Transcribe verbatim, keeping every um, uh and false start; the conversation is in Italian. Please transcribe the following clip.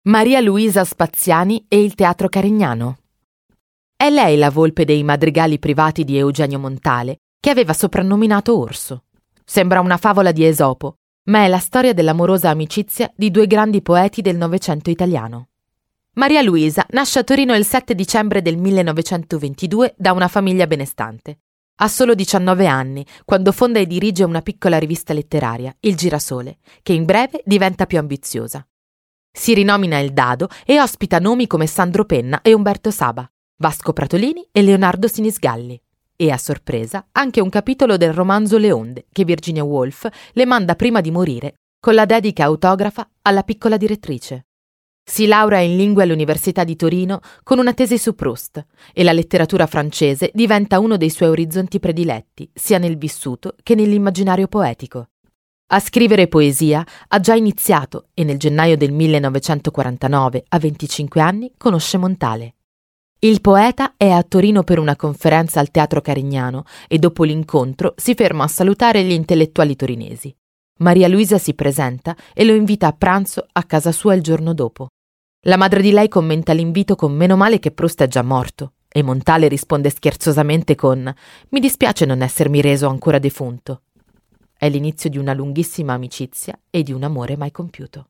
Maria Luisa Spaziani e il Teatro Carignano. È lei la volpe dei madrigali privati di Eugenio Montale, che aveva soprannominato Orso. Sembra una favola di Esopo, ma è la storia dell'amorosa amicizia di due grandi poeti del Novecento italiano. Maria Luisa nasce a Torino il sette dicembre del millenovecentoventidue da una famiglia benestante. Ha solo diciannove anni quando fonda e dirige una piccola rivista letteraria, Il Girasole, che in breve diventa più ambiziosa. Si rinomina Il Dado e ospita nomi come Sandro Penna e Umberto Saba, Vasco Pratolini e Leonardo Sinisgalli. E a sorpresa anche un capitolo del romanzo Le Onde che Virginia Woolf le manda prima di morire, con la dedica autografa alla piccola direttrice. Si laurea in lingue all'Università di Torino con una tesi su Proust e la letteratura francese diventa uno dei suoi orizzonti prediletti, sia nel vissuto che nell'immaginario poetico. A scrivere poesia ha già iniziato e nel gennaio del millenovecentoquarantanove, a venticinque anni, conosce Montale. Il poeta è a Torino per una conferenza al Teatro Carignano e dopo l'incontro si ferma a salutare gli intellettuali torinesi. Maria Luisa si presenta e lo invita a pranzo a casa sua il giorno dopo. La madre di lei commenta l'invito con "meno male che Proust è già morto" e Montale risponde scherzosamente con "mi dispiace non essermi reso ancora defunto". È l'inizio di una lunghissima amicizia e di un amore mai compiuto.